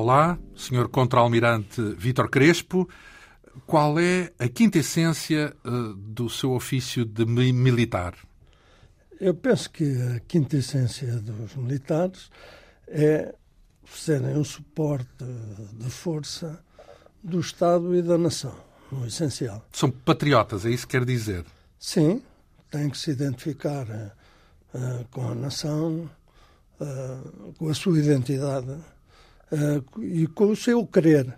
Olá, Sr. Contra-Almirante Vítor Crespo. Qual é a quinta essência do seu ofício de militar? Eu penso que a quinta essência dos militares é serem um suporte de força do Estado e da nação, no essencial. São patriotas, é isso que quer dizer? Sim, têm que se identificar com a nação, com a sua identidade e com o seu querer.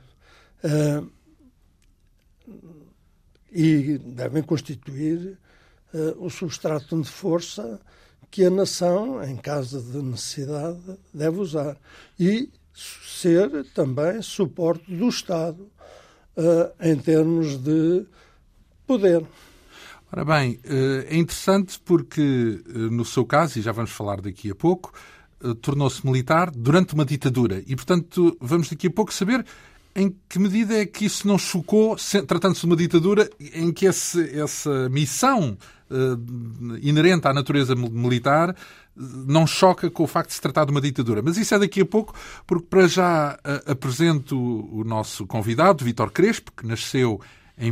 E devem constituir o substrato de força que a nação, em caso de necessidade, deve usar. E ser também suporte do Estado em termos de poder. Ora bem, é interessante porque, no seu caso, e já vamos falar daqui a pouco, tornou-se militar durante uma ditadura. E, portanto, vamos daqui a pouco saber em que medida é que isso não chocou, tratando-se de uma ditadura, em que essa missão inerente à natureza militar não choca com o facto de se tratar de uma ditadura. Mas isso é daqui a pouco, porque para já apresento o nosso convidado, Vítor Crespo, que nasceu em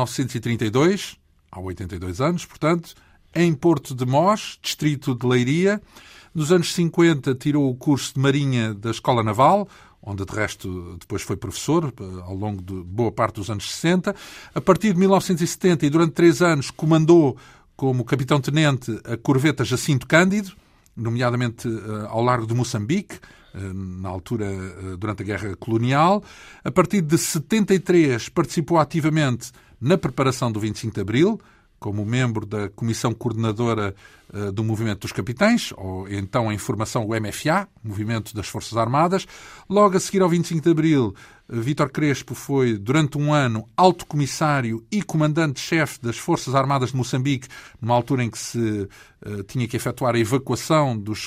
1932, há 82 anos, portanto, em Porto de Mós, distrito de Leiria. Nos anos 50 tirou o curso de Marinha da Escola Naval, onde, de resto, depois foi professor ao longo de boa parte dos anos 60. A partir de 1970 e durante 3 anos comandou como capitão-tenente a corveta Jacinto Cândido, nomeadamente ao largo de Moçambique, na altura, durante a Guerra Colonial. A partir de 73 participou ativamente na preparação do 25 de Abril, como membro da Comissão Coordenadora do Movimento dos Capitães, ou então em formação o MFA, Movimento das Forças Armadas. Logo a seguir ao 25 de Abril, Vítor Crespo foi, durante um ano, alto comissário e comandante-chefe das Forças Armadas de Moçambique, numa altura em que se tinha que efetuar a evacuação dos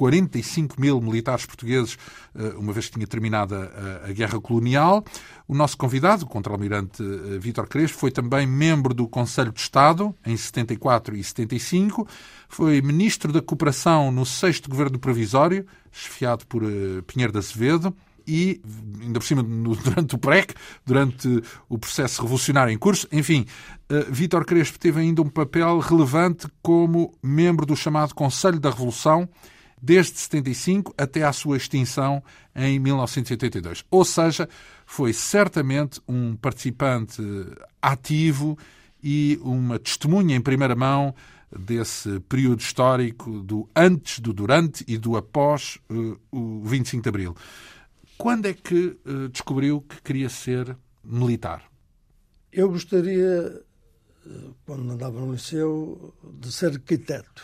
45 mil militares portugueses, uma vez que tinha terminado a Guerra Colonial. O nosso convidado, o Contra-Almirante Vítor Crespo, foi também membro do Conselho de Estado, em 74 e 75, foi Ministro da Cooperação no 6º Governo Provisório, chefiado por Pinheiro de Azevedo, e, ainda por cima, durante o PREC, durante o processo revolucionário em curso. Enfim, Vítor Crespo teve ainda um papel relevante como membro do chamado Conselho da Revolução, desde 75 até à sua extinção em 1982. Ou seja, foi certamente um participante ativo e uma testemunha em primeira mão desse período histórico do antes, do durante e do após o 25 de Abril. Quando é que descobriu que queria ser militar? Eu gostaria, quando andava no liceu, de ser arquiteto.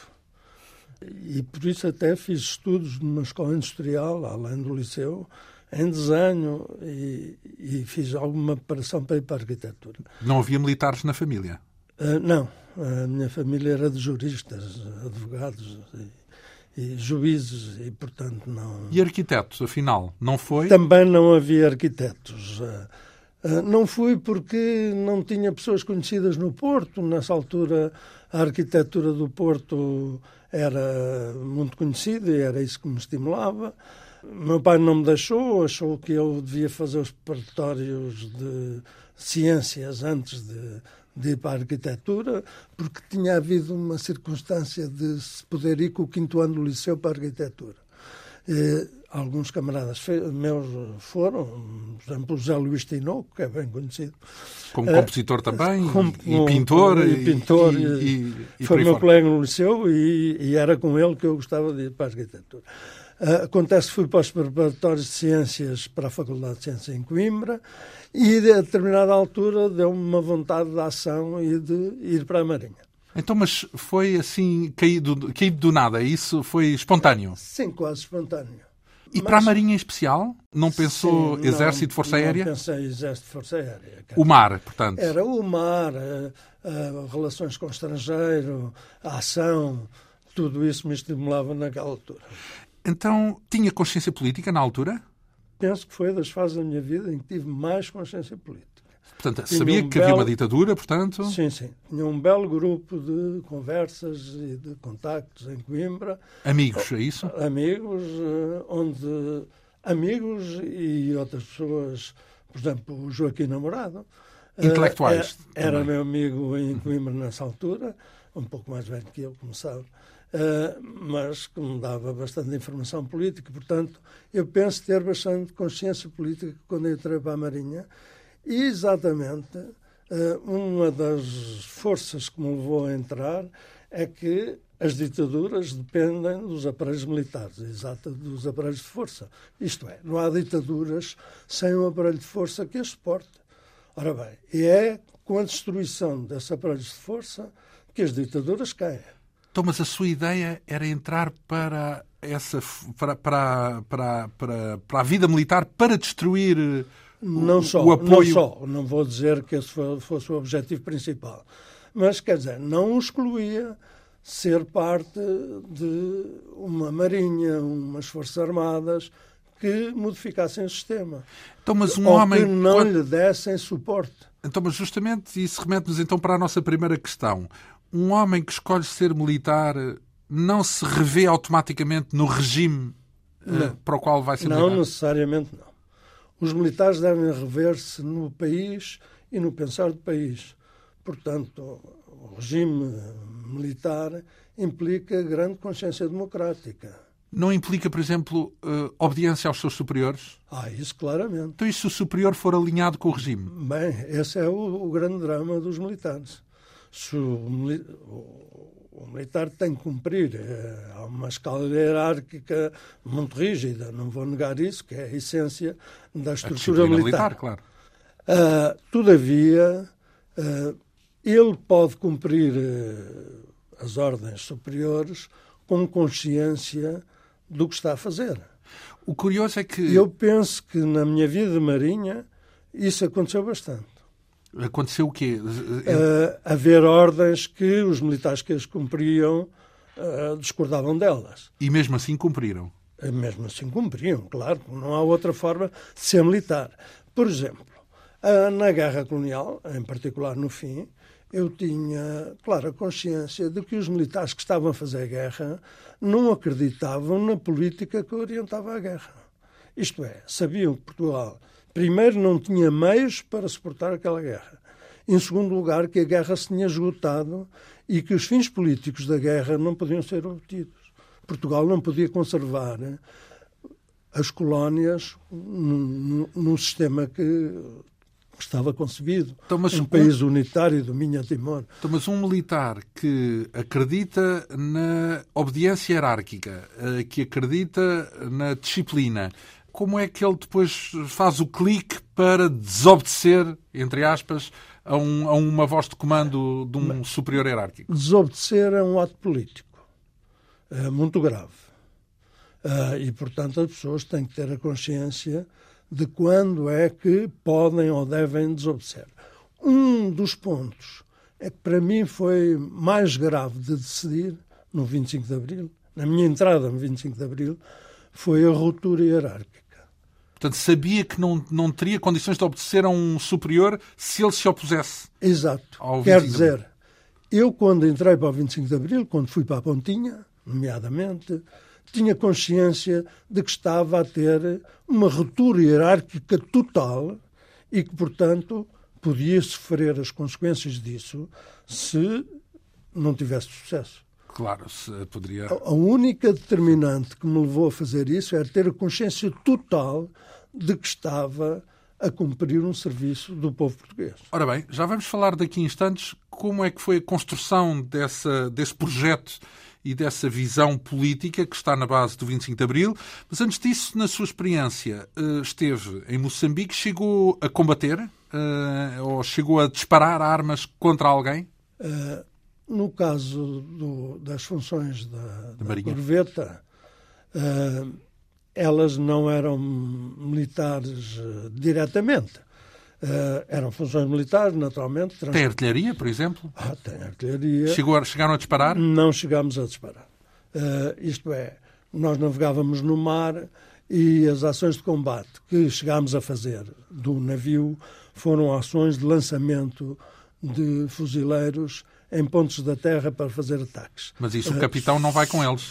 E por isso até fiz estudos numa escola industrial, além do liceu, em desenho e fiz alguma preparação para ir para a arquitetura. Não havia militares na família? Não. A minha família era de juristas, advogados e juízes e, portanto, não... E arquitetos, afinal, não foi? Também não havia arquitetos. Não fui porque não tinha pessoas conhecidas no Porto. Nessa altura, a arquitetura do Porto era muito conhecida e era isso que me estimulava. Meu pai não me deixou, achou que eu devia fazer os preparatórios de ciências antes de ir para a arquitetura, porque tinha havido uma circunstância de se poder ir com o 5º ano do liceu para a arquitetura. Alguns camaradas meus foram, por exemplo, o José Luís Tinoco, que é bem conhecido. Como compositor também, e pintor. E foi meu colega no liceu e era com ele que eu gostava de ir para a arquitetura. Acontece que fui para os preparatórios de ciências para a Faculdade de Ciências em Coimbra e, a determinada altura, deu-me uma vontade de ação e de ir para a Marinha. Então, mas foi assim, caído do nada, isso foi espontâneo? Sim, quase espontâneo. E para a Marinha em especial? Não pensou sim, Exército, Força Aérea? Não pensei Exército, Força Aérea. O mar, portanto? Era o mar, relações com o estrangeiro, a ação, tudo isso me estimulava naquela altura. Então, tinha consciência política na altura? Penso que foi das fases da minha vida em que tive mais consciência política. Portanto, sabia que havia uma ditadura, portanto... Sim. Tinha um belo grupo de conversas e de contactos em Coimbra. Amigos, é isso? Amigos, onde amigos e outras pessoas, por exemplo, o Joaquim Namorado. Intelectuais. Era meu amigo em Coimbra nessa altura, um pouco mais velho que eu, como sabe, mas que me dava bastante informação política. Portanto, eu penso ter bastante consciência política quando eu entrei para a Marinha. E, exatamente, uma das forças que me levou a entrar é que as ditaduras dependem dos aparelhos militares, dos aparelhos de força. Isto é, não há ditaduras sem um aparelho de força que as suporte. Ora bem, e é com a destruição desses aparelhos de força que as ditaduras caem. Então, mas a sua ideia era entrar para a vida militar para destruir o apoio... Não vou dizer que esse fosse o objetivo principal. Mas, quer dizer, não excluía ser parte de uma marinha, umas forças armadas que modificassem o sistema. Então, mas ou que não lhe dessem suporte. Então, mas justamente isso remete-nos então para a nossa primeira questão. Um homem que escolhe ser militar não se revê automaticamente no regime para o qual vai ser militar? Não necessariamente não. Os militares devem rever-se no país e no pensar do país. Portanto, o regime militar implica grande consciência democrática. Não implica, por exemplo, obediência aos seus superiores? Isso claramente. Então, e se o superior for alinhado com o regime? Bem, esse é o grande drama dos militares. Se o militar tem que cumprir há uma escala hierárquica muito rígida, não vou negar isso, que é a essência da estrutura militar. Claro. Todavia, ele pode cumprir as ordens superiores com consciência do que está a fazer. O curioso é que... Eu penso que na minha vida de marinha isso aconteceu bastante. Aconteceu o quê? Haver ordens que os militares que as cumpriam discordavam delas. E mesmo assim cumpriram? Mesmo assim cumpriam, claro. Não há outra forma de ser militar. Por exemplo, na Guerra Colonial, em particular no fim, eu tinha clara consciência de que os militares que estavam a fazer a guerra não acreditavam na política que orientava a guerra. Isto é, sabiam que Portugal, primeiro, não tinha meios para suportar aquela guerra. Em segundo lugar, que a guerra se tinha esgotado e que os fins políticos da guerra não podiam ser obtidos. Portugal não podia conservar as colónias num sistema que estava concebido. Então, país unitário do Minho a Timor. Então, mas um militar que acredita na obediência hierárquica, que acredita na disciplina, como é que ele depois faz o clique para desobedecer, entre aspas, a uma voz de comando de um superior hierárquico? Desobedecer é um ato político muito grave. E, portanto, as pessoas têm que ter a consciência de quando é que podem ou devem desobedecer. Um dos pontos é que, para mim, foi mais grave de decidir no 25 de Abril, na minha entrada no 25 de Abril, foi a ruptura hierárquica. Portanto, sabia que não teria condições de obedecer a um superior se ele se opusesse. Exato. Quer dizer, eu quando entrei para o 25 de Abril, quando fui para a Pontinha, nomeadamente, tinha consciência de que estava a ter uma ruptura hierárquica total e que, portanto, podia sofrer as consequências disso se não tivesse sucesso. Claro, se poderia... A única determinante que me levou a fazer isso era ter a consciência total de que estava a cumprir um serviço do povo português. Ora bem, já vamos falar daqui a instantes como é que foi a construção desse projeto e dessa visão política que está na base do 25 de Abril. Mas antes disso, na sua experiência, esteve em Moçambique, chegou a combater ou chegou a disparar armas contra alguém? No caso das funções da Corveta, elas não eram militares diretamente. Eram funções militares, naturalmente. Tem artilharia, por exemplo? Tem artilharia. Chegaram a disparar? Não chegámos a disparar. Isto é, nós navegávamos no mar e as ações de combate que chegámos a fazer do navio foram ações de lançamento de fuzileiros em pontos da terra para fazer ataques. Mas isso o capitão não vai com eles?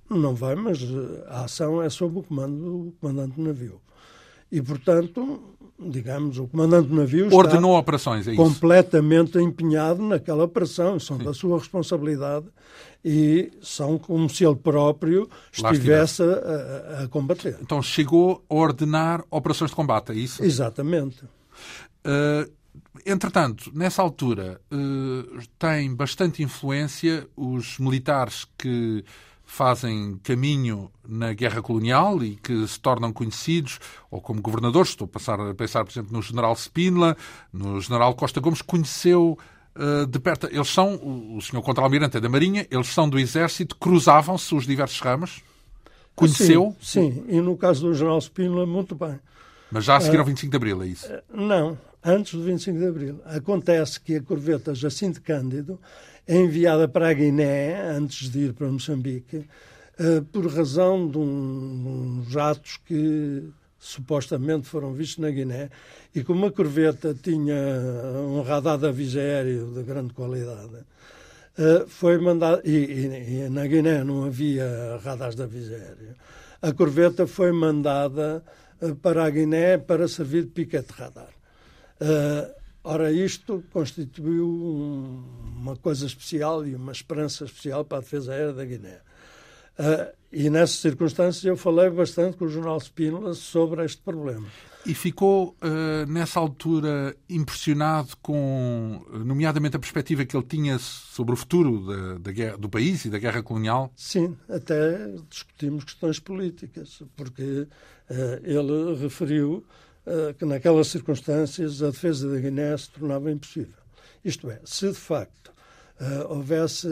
Não vai, mas a ação é sob o comando do comandante do navio. E, portanto, digamos, o comandante do navio ordenou operações, é isso? Completamente empenhado naquela operação. São da sua responsabilidade e são como se ele próprio estivesse a combater. Então chegou a ordenar operações de combate, é isso? Exatamente. Entretanto, nessa altura, tem bastante influência os militares que fazem caminho na guerra colonial e que se tornam conhecidos, ou como governadores. Estou a pensar, por exemplo, no general Spínola, no general Costa Gomes, conheceu de perto. Eles são, o senhor contra-almirante é da Marinha, eles são do Exército, cruzavam-se os diversos ramos? Conheceu? Sim, e no caso do general Spínola, muito bem. Mas já a seguir ao 25 de Abril, é isso? Não, antes do 25 de Abril. Acontece que a corveta Jacinto Cândido é enviada para a Guiné, antes de ir para Moçambique, por razão de uns atos que supostamente foram vistos na Guiné, e como a corveta tinha um radar de aviso aéreo de grande qualidade, foi mandada, e na Guiné não havia radares de aviso aéreo, a corveta foi mandada para a Guiné para servir de piquete radar. Ora, isto constituiu uma coisa especial e uma esperança especial para a defesa aérea da Guiné. E nessas circunstâncias eu falei bastante com o general Spínola sobre este problema. E ficou, nessa altura, impressionado com, nomeadamente, a perspectiva que ele tinha sobre o futuro do país e da guerra colonial? Sim, até discutimos questões políticas, porque ele referiu que naquelas circunstâncias a defesa da Guiné se tornava impossível. Isto é, se de facto houvesse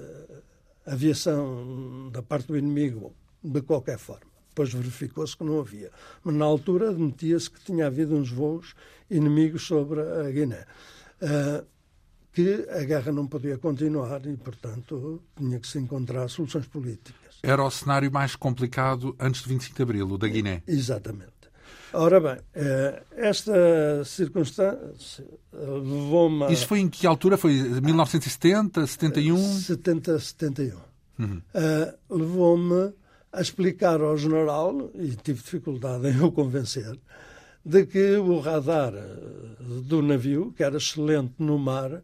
aviação da parte do inimigo de qualquer forma, depois verificou-se que não havia, mas na altura admitia-se que tinha havido uns voos inimigos sobre a Guiné, que a guerra não podia continuar e, portanto, tinha que se encontrar soluções políticas. Era o cenário mais complicado antes de 25 de Abril, o da Guiné. Exatamente. Ora bem, esta circunstância levou-me... Isso foi em que altura? Foi 1970, 71? 70, 71. Levou-me a explicar ao general, e tive dificuldade em o convencer, de que o radar do navio, que era excelente no mar,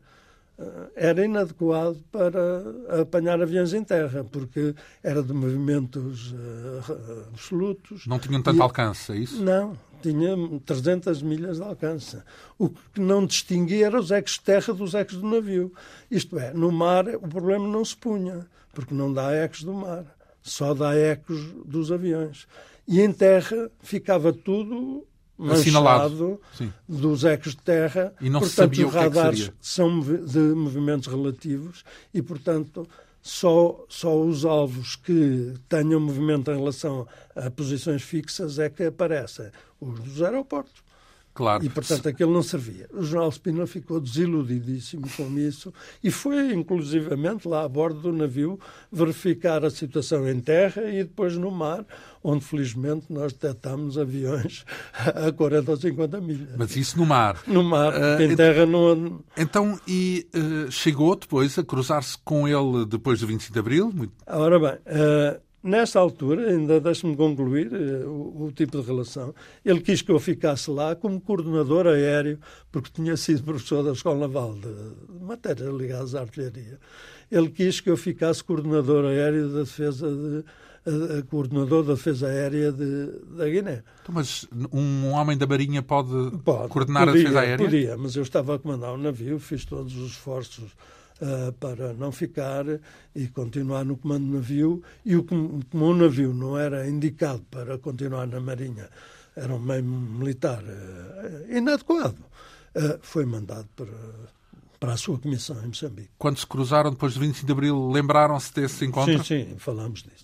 era inadequado para apanhar aviões em terra, porque era de movimentos absolutos. Não tinham tanto alcance, é isso? Não, tinha 300 milhas de alcance. O que não distinguia era os ecos de terra dos ecos do navio. Isto é, no mar o problema não se punha, porque não dá ecos do mar, só dá ecos dos aviões. E em terra ficava tudo manchado dos ecos de terra. E não portanto, se sabia os o que radares são de movimentos relativos e, portanto, só os alvos que tenham movimento em relação a posições fixas é que aparecem. Os dos aeroportos. Claro. E, portanto, aquilo não servia. O general Spínola ficou desiludidíssimo com isso e foi, inclusivamente, lá a bordo do navio verificar a situação em terra e depois no mar, onde, felizmente, nós detectámos aviões a 40 ou 50 milhas. Mas isso no mar? No mar, em terra não... Então, chegou depois a cruzar-se com ele depois do 25 de Abril? Ora bem... Nesta altura, ainda deixe-me concluir o tipo de relação, ele quis que eu ficasse lá como coordenador aéreo, porque tinha sido professor da Escola Naval de matérias ligadas à artilharia. Ele quis que eu ficasse coordenador aéreo da defesa coordenador da defesa aérea da Guiné. Então, mas um homem da Marinha pode coordenar a defesa aérea? Podia, mas eu estava a comandar o navio, fiz todos os esforços para não ficar e continuar no comando do navio, e como o navio não era indicado para continuar na Marinha, era um meio militar inadequado, foi mandado para a sua comissão em Moçambique. Quando se cruzaram depois do 25 de Abril, lembraram-se desse encontro? Sim, falamos disso.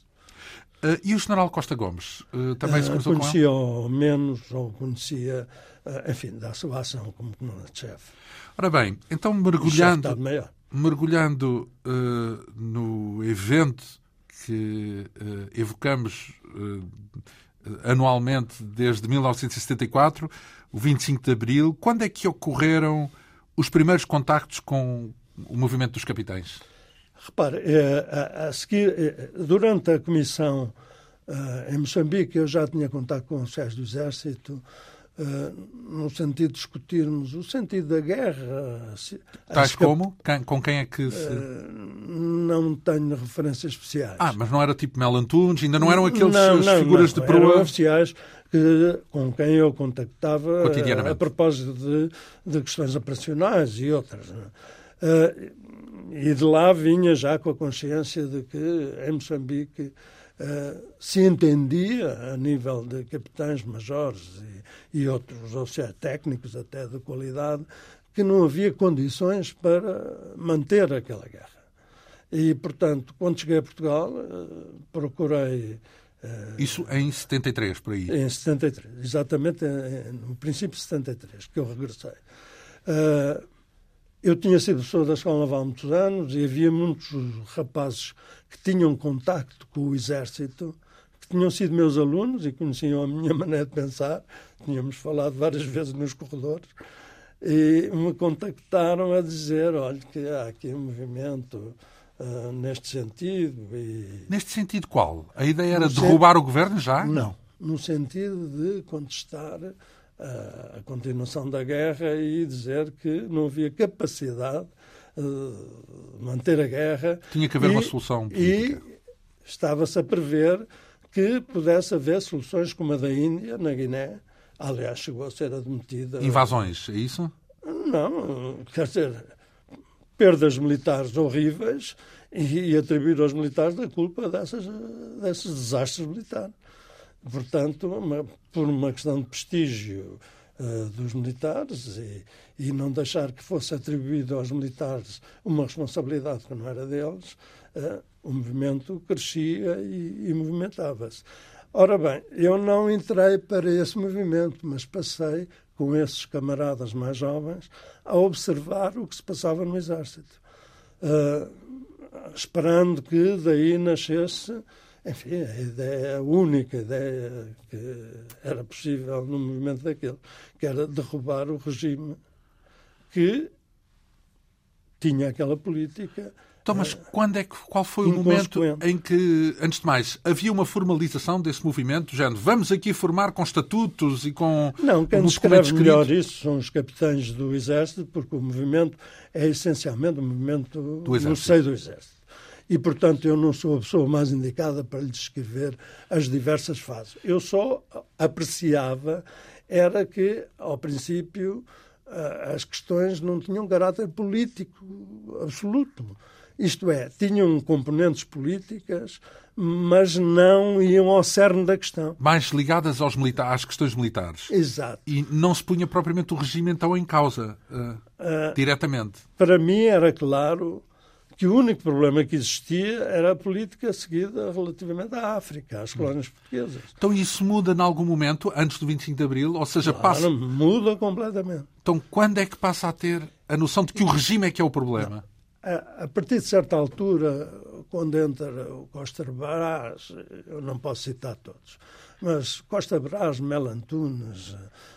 E o general Costa Gomes também se cruzou com ele? Conhecia ao menos, ou conhecia, enfim, da sua ação como comandante-chefe. Ora bem, então mergulhando no evento que evocamos anualmente desde 1974, o 25 de Abril, quando é que ocorreram os primeiros contactos com o movimento dos capitães? Repare, a seguir, durante a comissão em Moçambique, eu já tinha contato com os oficiais do Exército, no sentido de discutirmos o sentido da guerra. Tais como? Com quem é que se... Não tenho referências especiais. Mas não era tipo Mel Antunes? Ainda não eram aqueles figuras de proa? Eram oficiais com quem eu contactava a propósito de questões operacionais e outras. E de lá vinha já com a consciência de que em Moçambique se entendia, a nível de capitães, majores e outros oficiais técnicos até de qualidade, que não havia condições para manter aquela guerra. E, portanto, quando cheguei a Portugal, procurei... Isso em 73, por aí? Em 73, exatamente no princípio de 73, que eu regressei. Eu tinha sido professor da Escola Naval há muitos anos e havia muitos rapazes que tinham contacto com o Exército, que tinham sido meus alunos e conheciam a minha maneira de pensar. Tínhamos falado várias vezes nos corredores e me contactaram a dizer, olha, que há aqui um movimento neste sentido. Neste sentido qual? A ideia era derrubar o governo já? Não, no sentido de contestar a continuação da guerra e dizer que não havia capacidade de manter a guerra. Tinha que haver uma solução política. E estava-se a prever que pudesse haver soluções como a da Índia, na Guiné. Aliás, chegou a ser admitida... Invasões, é isso? Não, quer dizer, perdas militares horríveis e atribuir aos militares a culpa desses desastres militares. Portanto, por uma questão de prestígio dos militares e não deixar que fosse atribuído aos militares uma responsabilidade que não era deles, o movimento crescia e movimentava-se. Ora bem, eu não entrei para esse movimento, mas passei, com esses camaradas mais jovens, a observar o que se passava no Exército, esperando que daí nascesse... Enfim, a única ideia que era possível no movimento daquele, que era derrubar o regime que tinha aquela política. Então, mas qual foi o momento em que, antes de mais, havia uma formalização desse movimento, género, vamos aqui formar com estatutos e com... Não, quem descreve melhor isso são os capitães do Exército, porque o movimento é essencialmente um movimento no seio do Exército. E, portanto, eu não sou a pessoa mais indicada para lhe descrever as diversas fases. Eu só apreciava era que, ao princípio, as questões não tinham caráter político absoluto. Isto é, tinham componentes políticas, mas não iam ao cerne da questão. Mais ligadas às questões militares. Exato. E não se punha propriamente o regime, então, em causa, diretamente. Para mim era claro que o único problema que existia era a política seguida relativamente à África, às colónias portuguesas. Então isso muda em algum momento, antes do 25 de Abril? Ou seja, claro, muda completamente. Então quando é que passa a ter a noção de que o regime é que é o problema? A partir de certa altura, quando entra o Costa Brás, eu não posso citar todos, mas Costa Brás, Mel Antunes...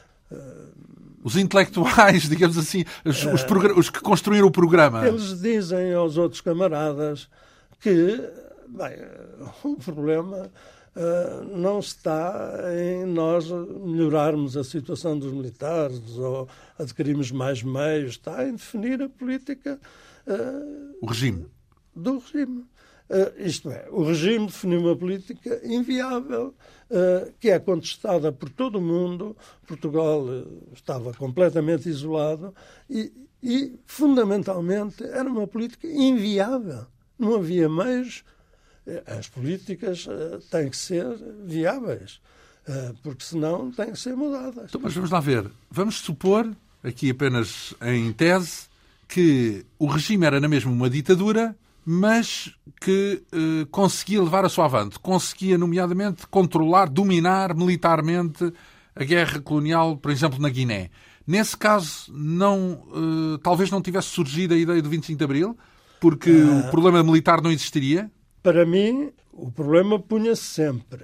Os intelectuais, digamos assim, os que construíram o programa. Eles dizem aos outros camaradas que, bem, o problema não está em nós melhorarmos a situação dos militares ou adquirirmos mais meios, está em definir a política o regime. Do regime. Isto é, o regime definiu uma política inviável, que é contestada por todo o mundo. Portugal estava completamente isolado e, fundamentalmente, era uma política inviável. Não havia meios. As políticas têm que ser viáveis, porque senão têm que ser mudadas. Então, mas vamos lá ver. Vamos supor, aqui apenas em tese, que o regime era na mesma uma ditadura, mas que conseguia levar a sua avante. Conseguia, nomeadamente, controlar, dominar militarmente a guerra colonial, por exemplo, na Guiné. Nesse caso, talvez não tivesse surgido a ideia do 25 de Abril, porque o problema militar não existiria? Para mim, o problema punha-se sempre.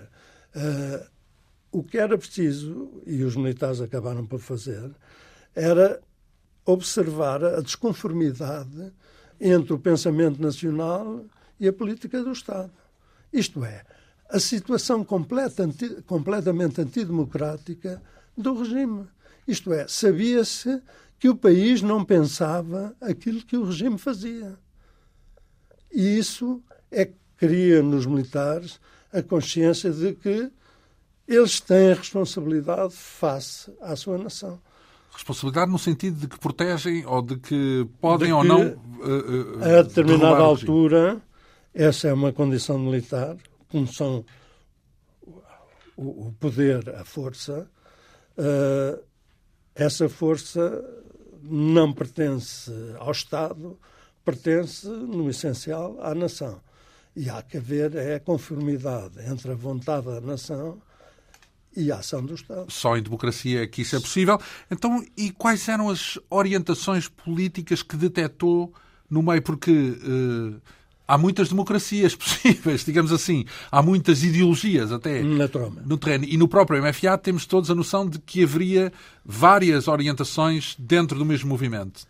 O que era preciso, e os militares acabaram por fazer, era observar a desconformidade entre o pensamento nacional e a política do Estado. Isto é, a situação completamente antidemocrática do regime. Isto é, sabia-se que o país não pensava aquilo que o regime fazia. E isso é que cria nos militares a consciência de que eles têm a responsabilidade face à sua nação. Responsabilidade no sentido de que protegem ou de que podem ou não a determinada altura, essa é uma condição militar, como são o poder, a força, essa força não pertence ao Estado, pertence, no essencial, à nação. E há que haver a conformidade entre a vontade da nação e a ação do Estado. Só em democracia é que isso é possível. Então, e quais eram as orientações políticas que detectou no meio? Porque há muitas democracias possíveis, digamos assim. Há muitas ideologias até no terreno. E no próprio MFA temos todos a noção de que haveria várias orientações dentro do mesmo movimento.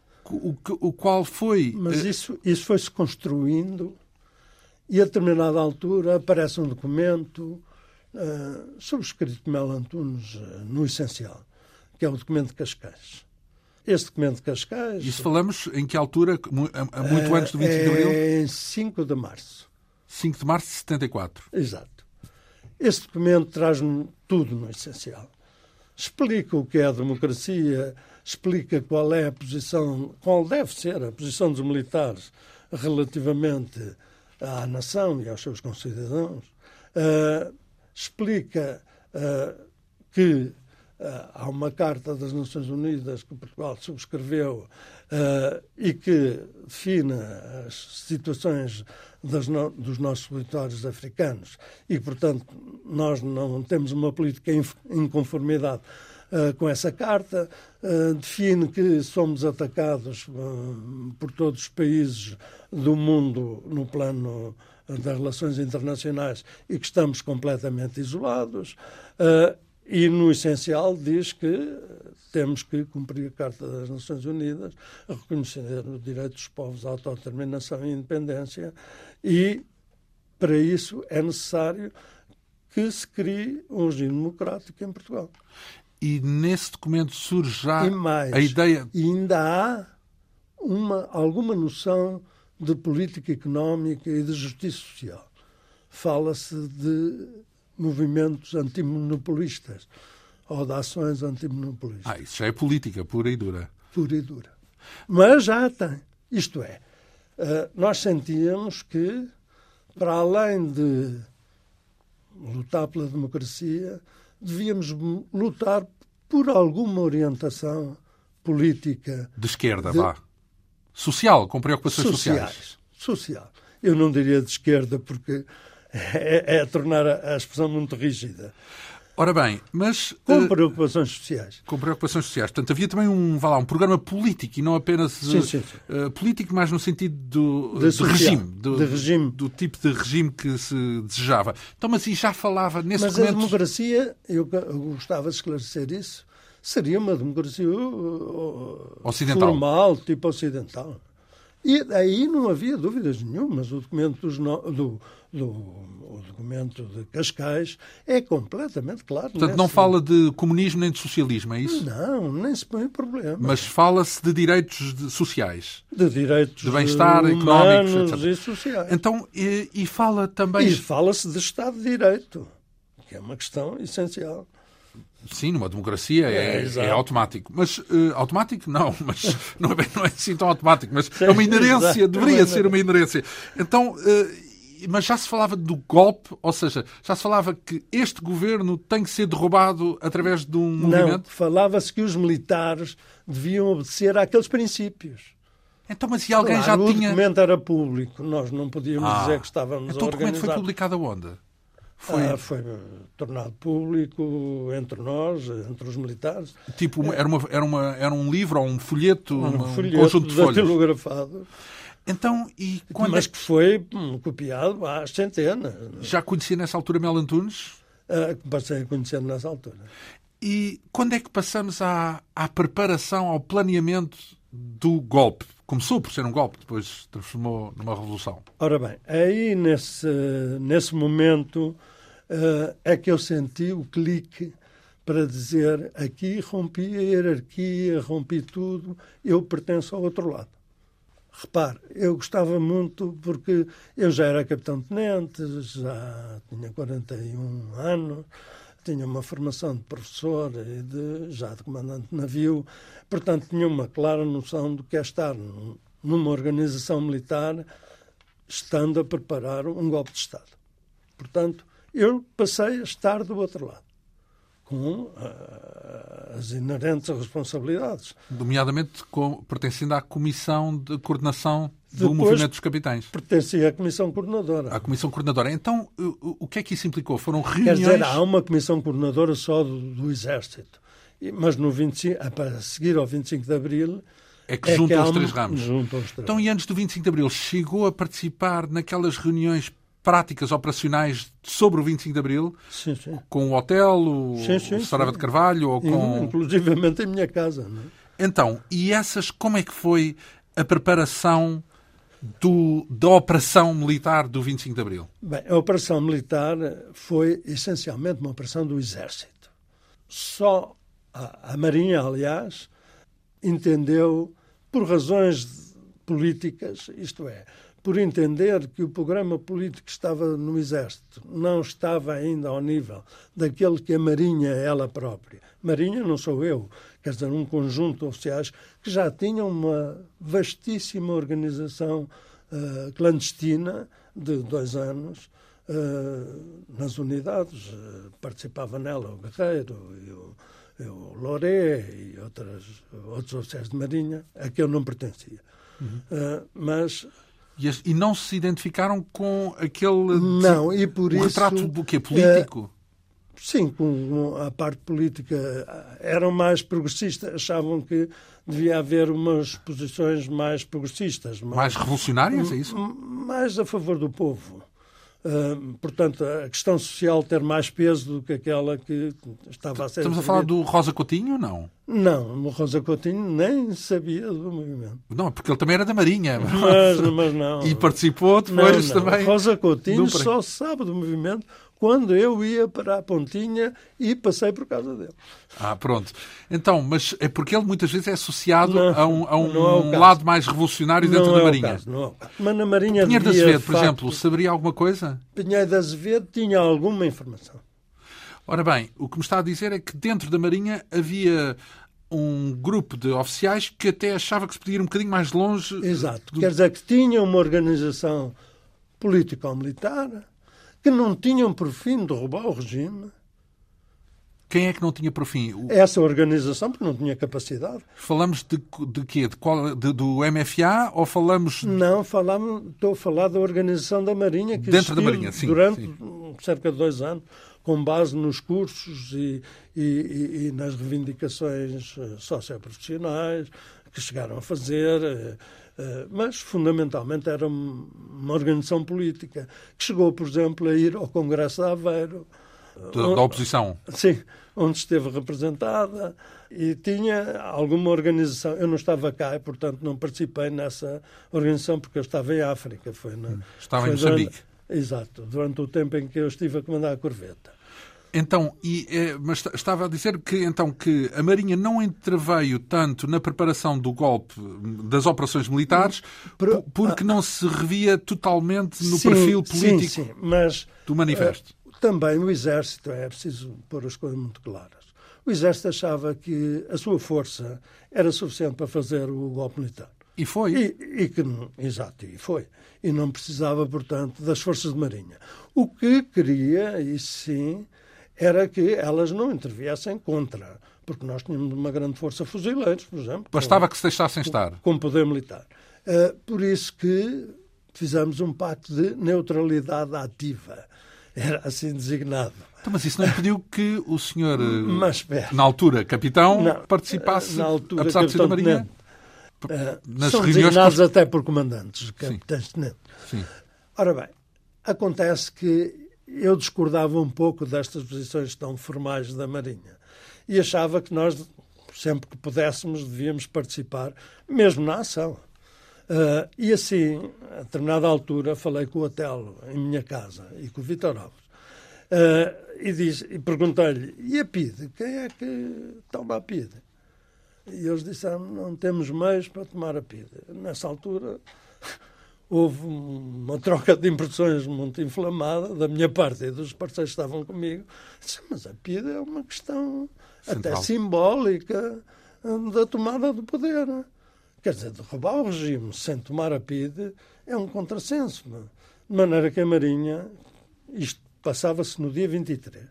O qual foi... Mas isso foi-se construindo e a determinada altura aparece um documento subscrito por Melo Antunes no essencial, que é o documento de Cascais. Este documento de Cascais... Isso falamos em que altura? Muito antes do 25 de Abril? Em 5 de março. 5 de março de 74. Exato. Este documento traz-me tudo no essencial. Explica o que é a democracia, explica qual é a posição, qual deve ser a posição dos militares relativamente à nação e aos seus concidadãos. Explica que há uma Carta das Nações Unidas que Portugal subscreveu e que define as situações dos nossos territórios africanos e, portanto, nós não temos uma política em conformidade com essa Carta. Define que somos atacados por todos os países do mundo no plano das relações internacionais e que estamos completamente isolados. E, no essencial, diz que temos que cumprir a Carta das Nações Unidas, a reconhecer o direito dos povos à autodeterminação e independência, e, para isso, é necessário que se crie um regime democrático em Portugal. E nesse documento surge já a ideia... E ainda há alguma noção de política económica e de justiça social. Fala-se de movimentos antimonopolistas ou de ações antimonopolistas. Isso já é política pura e dura. Pura e dura. Mas já tem. Isto é, nós sentíamos que, para além de lutar pela democracia, devíamos lutar por alguma orientação política. De esquerda, vá. Social, com preocupações sociais. Social. Eu não diria de esquerda, porque é tornar a expressão muito rígida. Ora bem, mas... Com preocupações sociais. Com preocupações sociais. Portanto, havia também um programa político e não apenas sim. Político, mas no sentido de regime. Do tipo de regime que se desejava. Então, mas e já falava nesse documento... Mas a democracia, eu gostava de esclarecer isso, seria uma democracia ocidental. Formal, tipo ocidental. E aí não havia dúvidas nenhumas. O documento o documento de Cascais é completamente claro. Portanto, não fala de comunismo nem de socialismo, é isso? Não, nem se põe problema. Mas fala-se de direitos sociais. De direitos de bem-estar económicos, etc. E sociais. Então, e fala também... E fala-se de Estado de Direito, que é uma questão essencial. Sim, numa democracia é automático. Mas, automático? Não, mas não é assim tão automático. Mas é uma inerência, deveria ser uma inerência. Então, mas já se falava do golpe, ou seja, já se falava que este governo tem que ser derrubado através de um movimento? Não, falava-se que os militares deviam obedecer àqueles princípios. Então, mas se alguém já tinha... O documento era público, nós não podíamos dizer que estávamos a organizar. Então o documento foi publicado aonde? Foi tornado público entre nós, entre os militares. Tipo, era um livro ou um folheto, um conjunto de folhas? Datilografado. Então, mas que foi copiado às centenas. Já conhecia nessa altura Melo Antunes? Passei a conhecer nessa altura. E quando é que passamos à preparação, ao planeamento do golpe? começou por ser um golpe, depois se transformou numa revolução. Ora bem, aí nesse momento é que eu senti o clique para dizer aqui rompi a hierarquia, rompi tudo, eu pertenço ao outro lado. Repare, eu gostava muito porque eu já era capitão-tenente, já tinha 41 anos, tinha uma formação de professor e já de comandante de navio, portanto tinha uma clara noção do que é estar numa organização militar estando a preparar um golpe de Estado. Portanto, eu passei a estar do outro lado, com as inerentes responsabilidades. Nomeadamente pertencendo à Comissão de Coordenação do Movimento dos Capitães. Pertencia à Comissão Coordenadora. À Comissão Coordenadora. Então, o que é que isso implicou? Foram reuniões... Quer dizer, há uma Comissão Coordenadora só do Exército. Mas no 25, a seguir ao 25 de Abril... É que juntam os três ramos. Então, e antes do 25 de Abril, chegou a participar naquelas reuniões práticas operacionais sobre o 25 de Abril? Sim, sim. Com o hotel, o Saraiva de Carvalho? Ou com... Inclusivamente em minha casa. Não é? Então, e essas, como é que foi a preparação da operação militar do 25 de Abril? Bem, a operação militar foi essencialmente uma operação do Exército. Só a Marinha, aliás, entendeu, por razões políticas, isto é, por entender que o programa político que estava no Exército não estava ainda ao nível daquele que a Marinha é ela própria. Marinha não sou eu, quer dizer, um conjunto de oficiais que já tinham uma vastíssima organização clandestina de 2 anos nas unidades. Participava nela o Guerreiro e o Loré e outros oficiais de Marinha, a que eu não pertencia. Mas... E não se identificaram com aquele não, e por isso, retrato do quê? Político? Sim, com a parte política. Eram mais progressistas, achavam que devia haver umas posições mais progressistas. Mais revolucionárias, é isso? Mais a favor do povo. Portanto, a questão social ter mais peso do que aquela que estava a ser... Estamos a falar do Rosa Coutinho ou não? Não, o Rosa Coutinho nem sabia do movimento. Não, porque ele também era da Marinha. Mas não. E participou depois também... Rosa Coutinho só sabe do movimento quando eu ia para a Pontinha e passei por causa dele. Pronto. Então, mas é porque ele muitas vezes é associado a um é lado mais revolucionário dentro da Marinha. Não é o caso. Mas na Marinha Pinheiro de Azevedo, por exemplo, saberia alguma coisa? Pinheiro de Azevedo tinha alguma informação. Ora bem, o que me está a dizer é que dentro da Marinha havia um grupo de oficiais que até achava que se podia ir um bocadinho mais longe. Exato. Quer dizer que tinha uma organização político-militar que não tinham por fim derrubar o regime. Quem é que não tinha por fim? Essa organização, porque não tinha capacidade. Falamos de quê? Do MFA ou falamos... Não, estou a falar da organização da Marinha que dentro da Marinha, sim, durante sim. cerca de 2 anos, com base nos cursos e nas reivindicações socioprofissionais que chegaram a fazer... Mas, fundamentalmente, era uma organização política que chegou, por exemplo, a ir ao Congresso de Aveiro. Da oposição. Sim, onde esteve representada e tinha alguma organização. Eu não estava cá e, portanto, não participei nessa organização porque eu estava em África. Estava em Moçambique. Exato, durante o tempo em que eu estive a comandar a corveta. Então, mas estava a dizer que a Marinha não interveio tanto na preparação do golpe das operações militares porque não se revia totalmente no perfil político do manifesto. Também o Exército, é preciso pôr as coisas muito claras. O Exército achava que a sua força era suficiente para fazer o golpe militar. E foi. Exato, e foi. E não precisava, portanto, das forças de Marinha. O que queria, e sim... era que elas não interviessem contra, porque nós tínhamos uma grande força de fuzileiros, por exemplo. Bastava que se deixassem estar. Com poder militar. Por isso que fizemos um pacto de neutralidade ativa. Era assim designado. Então, mas isso não impediu que o senhor, na altura, capitão, participasse, na altura, apesar de ser da Marinha? São designados até por comandantes, capitães-tenente. Sim. Ora bem, acontece que eu discordava um pouco destas posições tão formais da Marinha e achava que nós, sempre que pudéssemos, devíamos participar, mesmo na ação. E assim, a determinada altura, falei com o Otelo em minha casa e com o Vítor Alves. E perguntei-lhe, e a PIDE? Quem é que toma a PIDE? E eles disseram, não temos meios para tomar a PIDE. Nessa altura, houve uma troca de impressões muito inflamada da minha parte e dos parceiros que estavam comigo. Disse, mas a PIDE é uma questão central, até simbólica, da tomada do poder. Quer dizer, derrubar o regime sem tomar a PIDE é um contrassenso. De maneira que a Marinha, isto passava-se no dia 23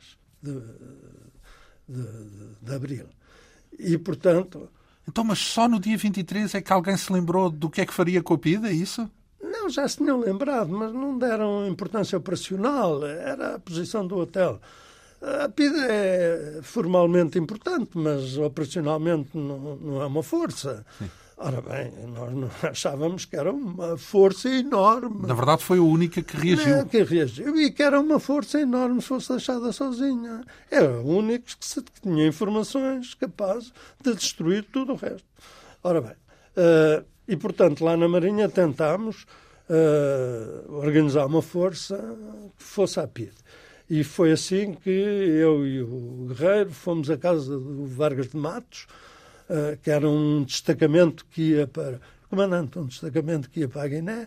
de abril. E, portanto... Então, mas só no dia 23 é que alguém se lembrou do que é que faria com a PIDE, é isso? Não, já se tinham lembrado, mas não deram importância operacional. Era a posição do hotel. A PIDE é formalmente importante, mas operacionalmente não é uma força. Sim. Ora bem, nós não achávamos que era uma força enorme. Na verdade, foi a única que reagiu. Não, que reagiu e que era uma força enorme se fosse deixada sozinha. Era o único que tinha informações capazes de destruir tudo o resto. Ora bem, e portanto lá na Marinha tentámos organizar uma força que fosse à PIDE. E foi assim que eu e o Guerreiro fomos à casa do Vargas de Matos, que era um destacamento que ia para... comandante, um destacamento que ia para a Guiné,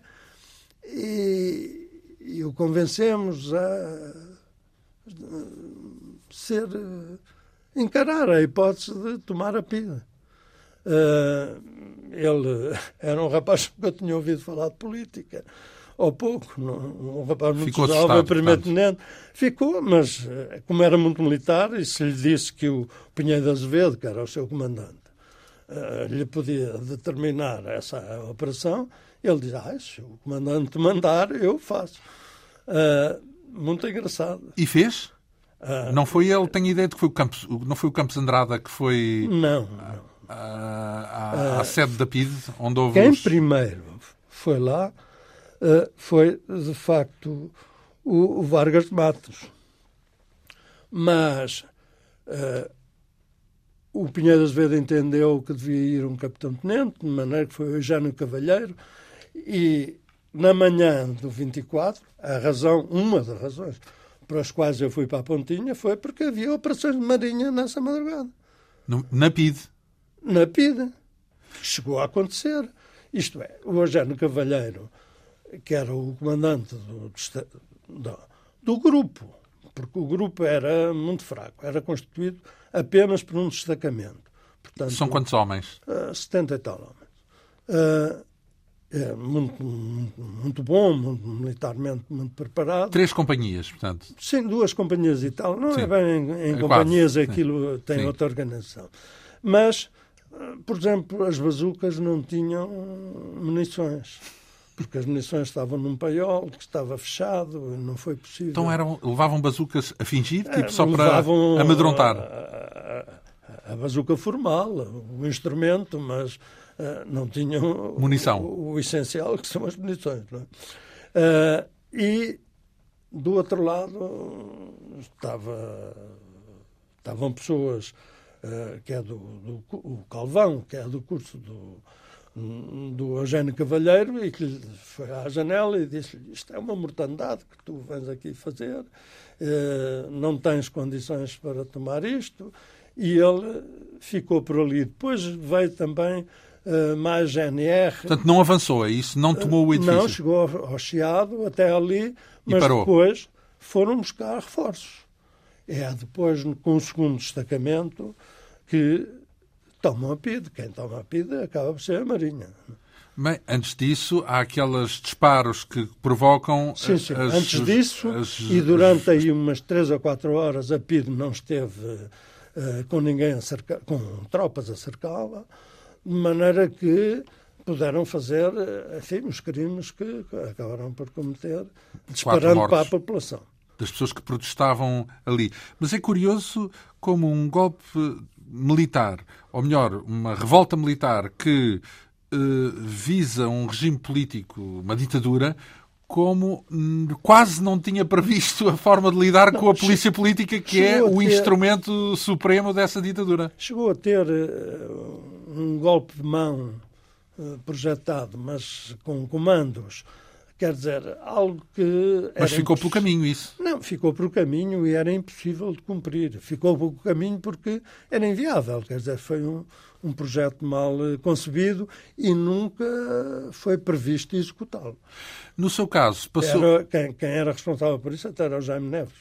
e o convencemos a encarar a hipótese de tomar a PIDE. Ele era um rapaz que eu tinha ouvido falar de política, ou pouco, um rapaz muito jovem, primeiro-tenente. Ficou, mas como era muito militar, e se lhe disse que o Pinheiro de Azevedo, que era o seu comandante, lhe podia determinar essa operação, ele diz, se o comandante mandar, eu faço. Muito engraçado. E fez? Não foi ele, tenho ideia de que foi não foi o Campos Andrada que foi à sede da PIDE, onde houve quem primeiro foi lá foi, de facto, o Vargas de Matos. Mas o Pinheiro de Azevedo entendeu que devia ir um capitão-tenente, de maneira que foi o Eugênio Cavalheiro, e na manhã do 24, uma das razões para as quais eu fui para a Pontinha foi porque havia operações de marinha nessa madrugada. Na PIDE? Na PIDE. Chegou a acontecer. Isto é, o Eugênio Cavalheiro, que era o comandante do grupo, porque o grupo era muito fraco, era constituído apenas por um destacamento. Portanto, são quantos homens? 70 e tal homens. Muito bom, militarmente muito preparado. 3 companhias, portanto. Sim, 2 companhias e tal. Não é bem em companhias, aquilo tem outra organização. Mas, por exemplo, as bazucas não tinham munições. Porque as munições estavam num paiol que estava fechado, não foi possível. Então levavam bazucas a fingir, tipo só para amedrontar? A bazuca formal, o instrumento, mas não tinham munição. O essencial, que são as munições. Não é? E, do outro lado, estavam pessoas, que é o Calvão, que é do curso do Eugênio Cavalheiro, e que foi à janela e disse-lhe, isto é uma mortandade que tu vens aqui fazer, não tens condições para tomar isto, e ele ficou por ali. Depois veio também mais GNR. Portanto, não avançou, é isso? Não tomou o edifício? Não, chegou ao Chiado, até ali, mas depois foram buscar reforços. É depois, com o segundo destacamento, que tomam a PIDE. Quem toma a PIDE acaba por ser a Marinha. Bem, antes disso, há aqueles disparos que provocam... Sim. Antes disso, e durante aí umas 3 ou 4 horas, a PIDE não esteve com ninguém com tropas a cercá-la, de maneira que puderam fazer, enfim, os crimes que acabaram por cometer, disparando para a população. Das pessoas que protestavam ali. Mas é curioso como um golpe militar, ou melhor, uma revolta militar que visa um regime político, uma ditadura, como quase não tinha previsto a forma de lidar com a polícia política, que é o instrumento supremo dessa ditadura. Chegou a ter um golpe de mão projetado, mas com comandos. Quer dizer, algo que... Mas ficou pelo caminho isso? Não, ficou pelo caminho e era impossível de cumprir. Ficou pelo caminho porque era inviável. Quer dizer, foi um projeto mal concebido e nunca foi previsto executá-lo. No seu caso, passou... Quem era responsável por isso até era o Jaime Neves.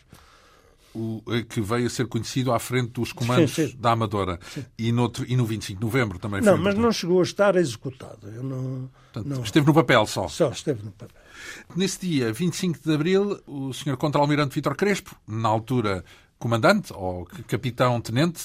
Que veio a ser conhecido à frente dos comandos sim. da Amadora. E no 25 de novembro também foi. Não, mas não chegou a estar executado. Portanto, esteve no papel só. Só esteve no papel. Nesse dia, 25 de abril, o Sr. Contra-Almirante Vítor Crespo, na altura comandante, ou capitão-tenente,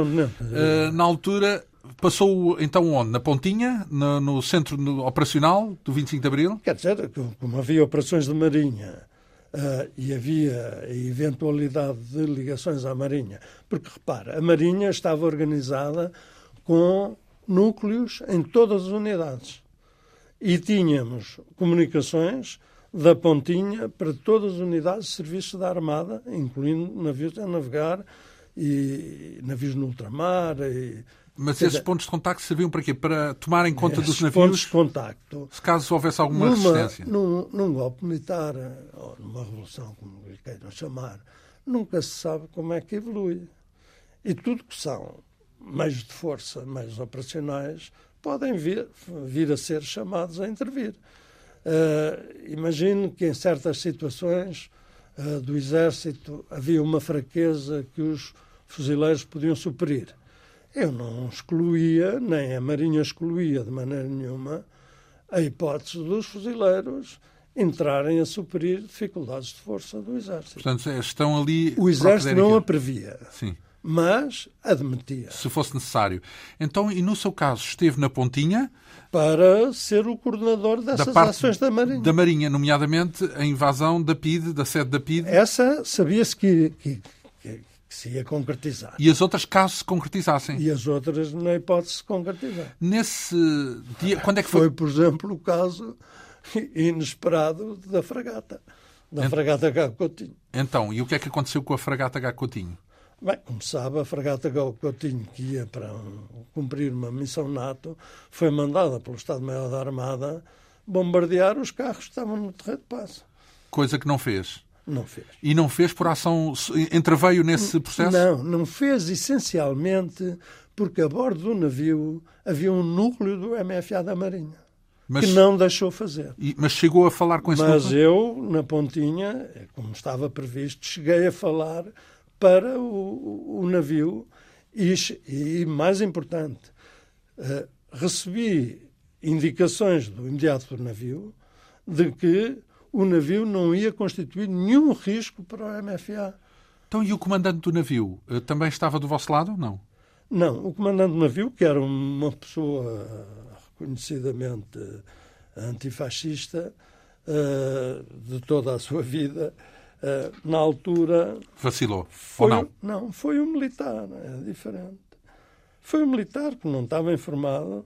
na altura, passou então onde? Na Pontinha, no centro operacional do 25 de abril? Quer dizer, como havia operações de marinha e havia a eventualidade de ligações à marinha, porque, repara, a marinha estava organizada com núcleos em todas as unidades. E tínhamos comunicações da Pontinha para todas as unidades de serviços da Armada, incluindo navios a navegar e navios no ultramar. Mas esses pontos de contacto serviam para quê? Para tomarem conta dos navios? Pontos de contacto. Se caso houvesse alguma resistência? Num golpe militar, ou numa revolução, como lhe queiram chamar, nunca se sabe como é que evolui. E tudo que são meios de força, meios operacionais, podem vir a ser chamados a intervir. Imagino que em certas situações do Exército havia uma fraqueza que os fuzileiros podiam suprir. Eu não excluía, nem a Marinha excluía de maneira nenhuma, a hipótese dos fuzileiros entrarem a suprir dificuldades de força do Exército. Portanto, estão ali... O Exército não a previa. Sim. Mas admitia. Se fosse necessário. Então, e no seu caso, esteve na Pontinha... Para ser o coordenador dessas ações da Marinha. Da Marinha, nomeadamente a invasão da PIDE, da sede da PIDE. Essa sabia-se que se ia concretizar. E as outras, caso se concretizassem. E as outras, na hipótese de se concretizar. Nesse dia, quando é que foi? Foi, por exemplo, o caso inesperado da fragata. Da fragata H. Coutinho. Então, e o que é que aconteceu com a fragata H. Coutinho? Bem, como sabe, a fragata H. Coutinho, que ia para cumprir uma missão NATO, foi mandada pelo Estado-Maior da Armada bombardear os carros que estavam no Terreiro de Paz. Coisa que não fez. Não fez. E não fez por ação... Entreveio nesse processo? Não fez essencialmente porque a bordo do navio havia um núcleo do MFA da Marinha, que não deixou fazer. Mas chegou a falar com esse núcleo? Mas eu, na Pontinha, como estava previsto, cheguei a falar para o navio e, mais importante, recebi indicações do imediato do navio de que o navio não ia constituir nenhum risco para o MFA. Então, e o comandante do navio também estava do vosso lado? Não. Não, o comandante do navio, que era uma pessoa reconhecidamente antifascista de toda a sua vida, na altura... Vacilou, ou não? Não, foi um militar, é diferente. Foi um militar que não estava informado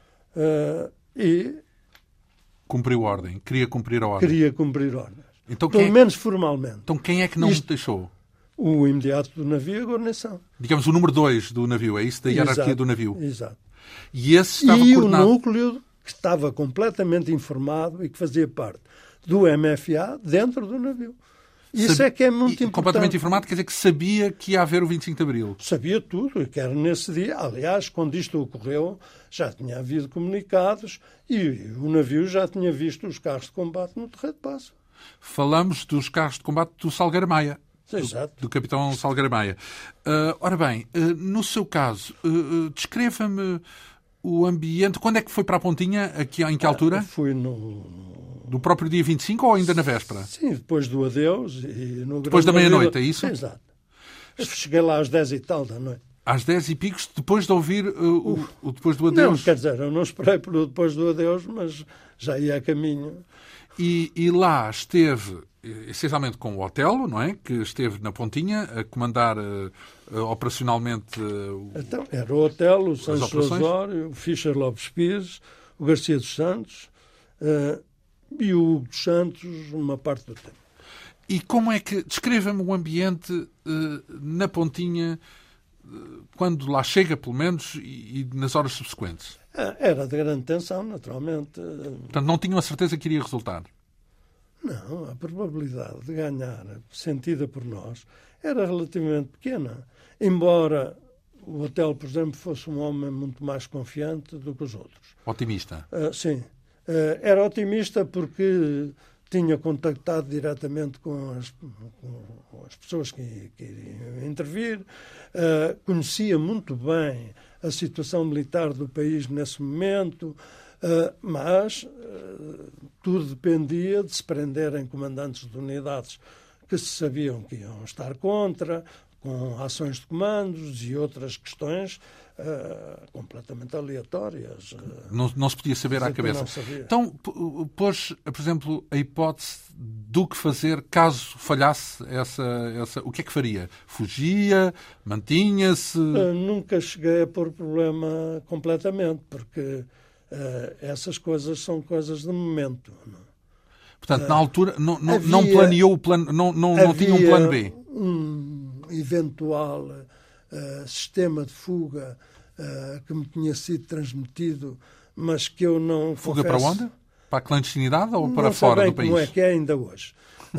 e... Cumpriu ordem, queria cumprir a ordem. Queria cumprir ordens. Então, pelo menos formalmente. Então quem é que não deixou? O imediato do navio, a guarnição. Digamos, o número 2 do navio, é isso da hierarquia do navio? Exato. E esse estava coordenado... o núcleo que estava completamente informado e que fazia parte do MFA dentro do navio. Isso é que é muito importante. Completamente informado quer dizer que sabia que ia haver o 25 de Abril. Sabia tudo, que era nesse dia. Aliás, quando isto ocorreu, já tinha havido comunicados e o navio já tinha visto os carros de combate no Terreiro de Paz. Falamos dos carros de combate do Salgueiro Maia. Do capitão Salgueiro Maia. Ora bem, no seu caso, descreva-me o ambiente. Quando é que foi para a Pontinha? Aqui, em que altura? Fui do próprio dia 25 ou ainda na véspera? Sim, depois do adeus. Depois da meia-noite, é isso? Exato. Eu cheguei lá às 10 e tal da noite. Às 10 e picos, depois de ouvir o depois do adeus? Não, quer dizer, eu não esperei pelo depois do adeus, mas já ia a caminho. E lá esteve, essencialmente com o Otelo, não é? Que esteve na Pontinha a comandar operacionalmente... Então, era o Otelo, o Santos Osório, o Fischer Lopes Pires, o Garcia dos Santos e o Hugo dos Santos, uma parte do tempo. E como é que... Descreva-me o ambiente na Pontinha, quando lá chega, pelo menos, e nas horas subsequentes. Era de grande tensão, naturalmente. Portanto, não tinham a certeza que iria resultar. Não, a probabilidade de ganhar, sentida por nós, era relativamente pequena. Embora o Otelo, por exemplo, fosse um homem muito mais confiante do que os outros. Otimista. Sim. Era otimista porque tinha contactado diretamente com as pessoas que iriam intervir, conhecia muito bem a situação militar do país nesse momento, mas tudo dependia de se prenderem comandantes de unidades que se sabiam que iam estar contra, com ações de comandos e outras questões completamente aleatórias. Não se podia saber à cabeça. Então, pôs, por exemplo, a hipótese do que fazer caso falhasse essa... O que é que faria? Fugia? Mantinha-se? Nunca cheguei a pôr problema completamente, porque essas coisas são coisas de momento. Não? Portanto, na altura não planeou o plano, não tinha um plano B. Um eventual sistema de fuga que me tinha sido transmitido, mas que eu não Fuga confesso... para onde? Para a clandestinidade ou para não fora sei do bem país? Como é que é ainda hoje.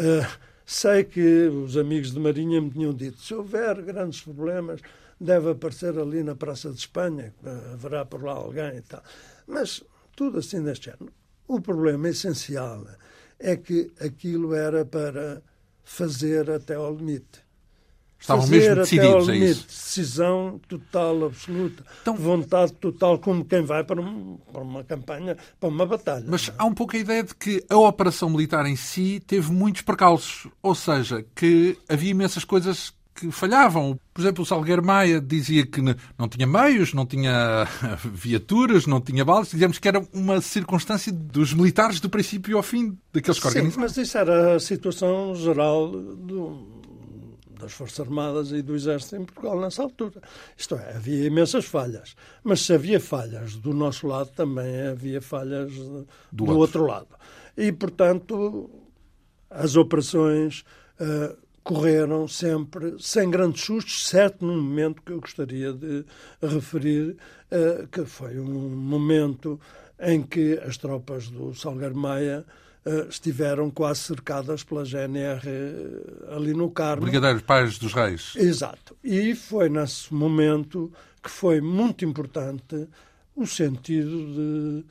Sei que os amigos de Marinha me tinham dito, se houver grandes problemas, deve aparecer ali na Praça de Espanha, haverá por lá alguém e tal. Mas tudo assim deste género. O problema essencial é que aquilo era para fazer até ao limite. Estavam fazer mesmo decididos até ao a limite, isso. decisão total, absoluta, Então, vontade total, como quem vai para uma campanha, para uma batalha. Mas há um pouco a ideia de que a operação militar em si teve muitos percalços. Ou seja, que havia imensas coisas que falhavam. Por exemplo, o Salgueiro Maia dizia que não tinha meios, não tinha viaturas, não tinha balas. Digamos que era uma circunstância dos militares do princípio ao fim, daqueles que organizavam. Mas isso era a situação geral das Forças Armadas e do Exército em Portugal nessa altura. Isto é, havia imensas falhas. Mas se havia falhas do nosso lado, também havia falhas do outro lado. E, portanto, as operações correram sempre sem grandes sustos, certo num momento que eu gostaria de referir, que foi um momento em que as tropas do Salgueiro Maia estiveram quase cercadas pela GNR ali no Carmo. Brigadeiros Pais dos Reis. Exato. E foi nesse momento que foi muito importante o sentido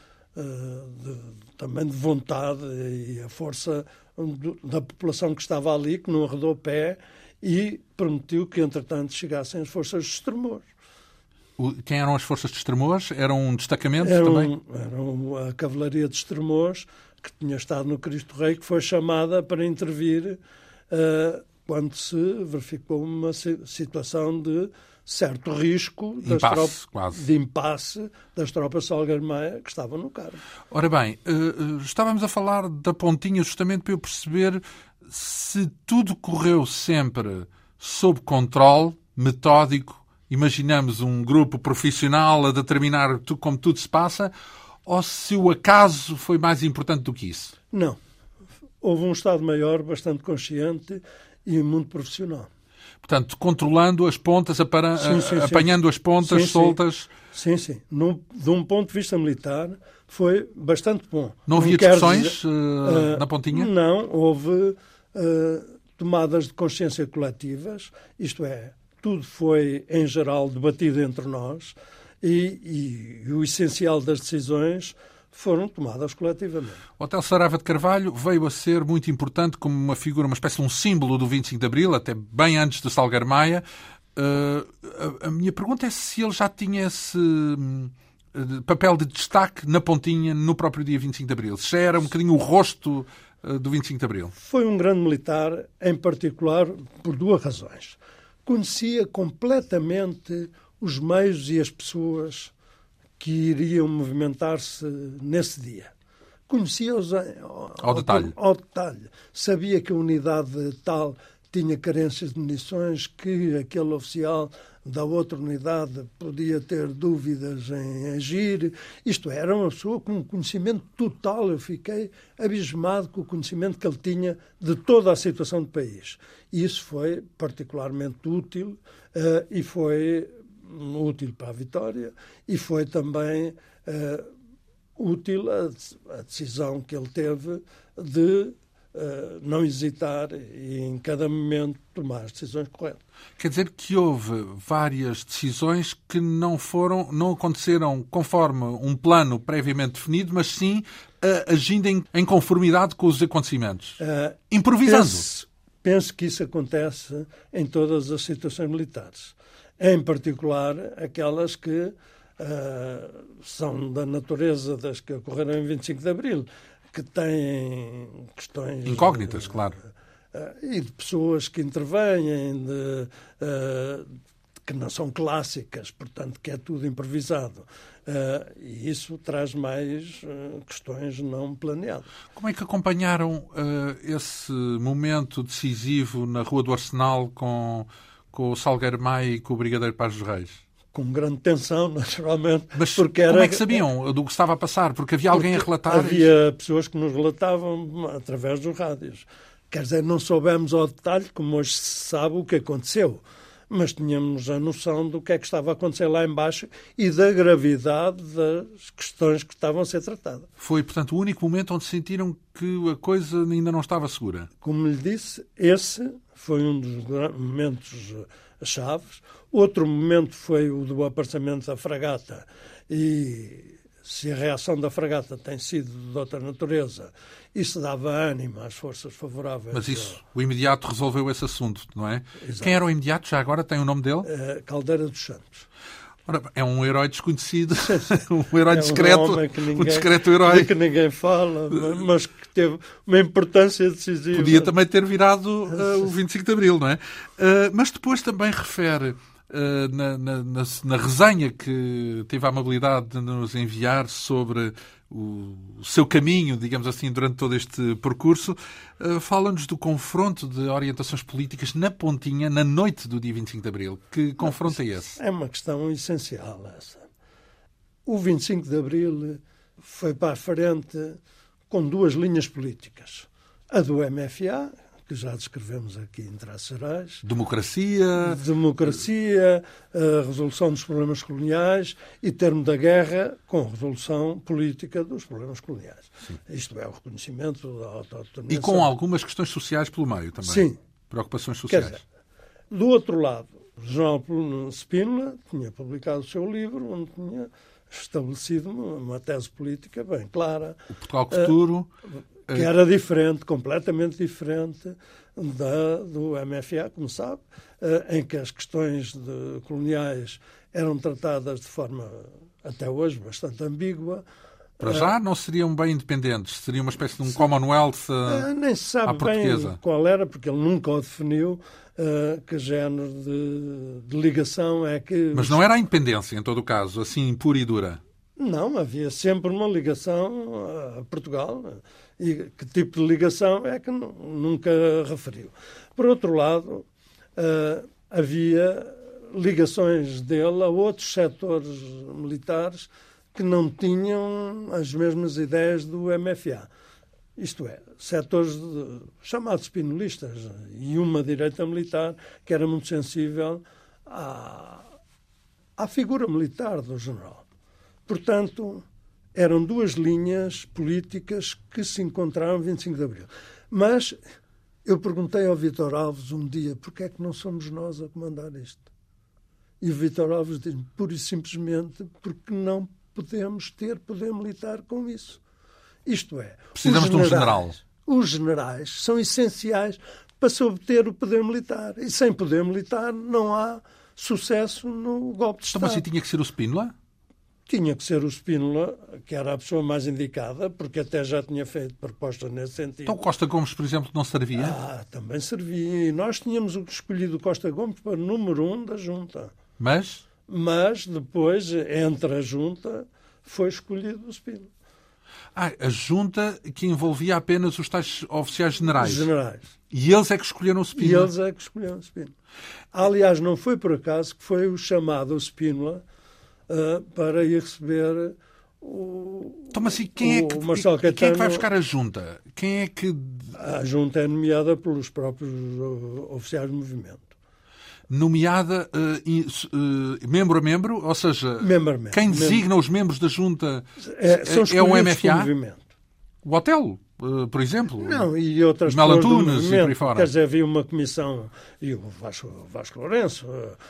também de vontade e a força da população que estava ali, que não arredou pé e permitiu que, entretanto, chegassem as forças de Estremoz. Quem eram as forças de Estremoz? Era um destacamento também? Era a Cavalaria de Estremoz, que tinha estado no Cristo Rei, que foi chamada para intervir quando se verificou uma situação de certo risco de impasse das tropas Salgueiro Maia que estavam no Carmo. Ora bem, estávamos a falar da pontinha justamente para eu perceber se tudo correu sempre sob controle, metódico. Imaginamos um grupo profissional a determinar como tudo se passa, ou se o acaso foi mais importante do que isso? Não. Houve um Estado-Maior bastante consciente e muito profissional. Portanto, controlando as pontas, apanhando as pontas soltas. Sim. De um ponto de vista militar, foi bastante bom. Não havia discussões na pontinha? Não, houve tomadas de consciência coletivas, isto é, tudo foi, em geral, debatido entre nós e o essencial das decisões foram tomadas coletivamente. O Otelo Saraiva de Carvalho veio a ser muito importante como uma figura, uma espécie de um símbolo do 25 de Abril, até bem antes de Salgueiro Maia. A minha pergunta é se ele já tinha esse papel de destaque na pontinha no próprio dia 25 de Abril. Se já era um bocadinho o rosto do 25 de Abril. Foi um grande militar, em particular, por duas razões. Conhecia completamente os meios e as pessoas que iriam movimentar-se nesse dia. Conhecia-os ao detalhe. Sabia que a unidade tal tinha carências de munições, que aquele oficial da outra unidade podia ter dúvidas em agir. Isto era uma pessoa com um conhecimento total. Eu fiquei abismado com o conhecimento que ele tinha de toda a situação do país. E isso foi particularmente útil e foi útil para a vitória e foi também útil a decisão que ele teve de não hesitar e em cada momento tomar as decisões corretas. Quer dizer que houve várias decisões que não aconteceram conforme um plano previamente definido, mas sim agindo em conformidade com os acontecimentos. Improvisando. Penso que isso acontece em todas as situações militares. Em particular, aquelas que são da natureza das que ocorreram em 25 de Abril, que têm questões... incógnitas, claro. E de pessoas que intervêm, que não são clássicas, portanto, que é tudo improvisado. E isso traz mais questões não planeadas. Como é que acompanharam esse momento decisivo na Rua do Arsenal com o Salgueiro Maia e com o Brigadeiro Paz dos Reis? Com grande tensão, naturalmente. Mas como é que sabiam do que estava a passar? Porque havia alguém a relatar? Havia pessoas que nos relatavam através dos rádios. Quer dizer, não soubemos ao detalhe, como hoje se sabe, o que aconteceu. Mas tínhamos a noção do que é que estava a acontecer lá embaixo e da gravidade das questões que estavam a ser tratadas. Foi, portanto, o único momento onde sentiram que a coisa ainda não estava segura? Como lhe disse, esse foi um dos momentos chaves. Outro momento foi o do aparecimento da fragata e se a reação da fragata tem sido de outra natureza, isso dava ânimo às forças favoráveis. Mas isso, o imediato resolveu esse assunto, não é? Exato. Quem era o imediato? Já agora tem o nome dele? Caldeira dos Santos. Ora, é um herói desconhecido, um herói discreto, um discreto herói. De que ninguém fala, mas que teve uma importância decisiva. Podia também ter virado o 25 de Abril, não é? Mas depois também refere na resenha que teve a amabilidade de nos enviar sobre o seu caminho, digamos assim, durante todo este percurso, fala-nos do confronto de orientações políticas na Pontinha, na noite do dia 25 de Abril. Que confronto é esse? É uma questão essencial essa. O 25 de Abril foi para a frente com duas linhas políticas. A do MFA, que já descrevemos aqui em traços gerais. Democracia, a resolução dos problemas coloniais e termo da guerra com a resolução política dos problemas coloniais. Sim. Isto é o reconhecimento da autodeterminação. E com algumas questões sociais pelo meio também. Sim. Preocupações sociais. Quer dizer, do outro lado, João Spínola tinha publicado o seu livro, onde tinha estabelecido uma tese política bem clara. O Portugal Futuro... que era diferente, completamente diferente do MFA, como sabe, em que as questões coloniais eram tratadas de forma, até hoje, bastante ambígua. Para já não seriam bem independentes, seria uma espécie de um Commonwealth nem se sabe à portuguesa. Bem qual era, porque ele nunca o definiu, que género de ligação é que... Mas não era a independência, em todo o caso, assim, pura e dura? Não, havia sempre uma ligação a Portugal. E que tipo de ligação é que nunca referiu. Por outro lado, havia ligações dele a outros setores militares que não tinham as mesmas ideias do MFA. Isto é, setores chamados spinolistas e uma direita militar que era muito sensível à figura militar do general. Portanto, eram duas linhas políticas que se encontraram no 25 de Abril. Mas eu perguntei ao Vítor Alves um dia porque é que não somos nós a comandar isto. E o Vítor Alves diz-me, pura e simplesmente, porque não podemos ter poder militar com isso. Isto é, precisamos de um general. Os generais são essenciais para se obter o poder militar. E sem poder militar não há sucesso no golpe de Estado. Então, assim tinha que ser o Spínola? Tinha que ser o Spínola, que era a pessoa mais indicada, porque até já tinha feito propostas nesse sentido. Então Costa Gomes, por exemplo, não servia? Também servia. E nós tínhamos escolhido o Costa Gomes para número 1 da Junta. Mas depois, entre a Junta, foi escolhido o Spínola. A Junta que envolvia apenas os tais oficiais generais. Os generais. E eles é que escolheram o Spínola? E eles é que escolheram o Spínola. Aliás, não foi por acaso que foi o chamado Spínola para ir receber então, mas quem é que vai buscar a Junta? Quem é que... A Junta é nomeada pelos próprios oficiais de movimento. nomeada membro a membro, ou seja, quem designa os membros da junta é o MFA? O Otelo, por exemplo? Não, e outras pessoas do movimento, e por aí fora. Quer dizer, havia uma comissão, e o Vasco Lourenço,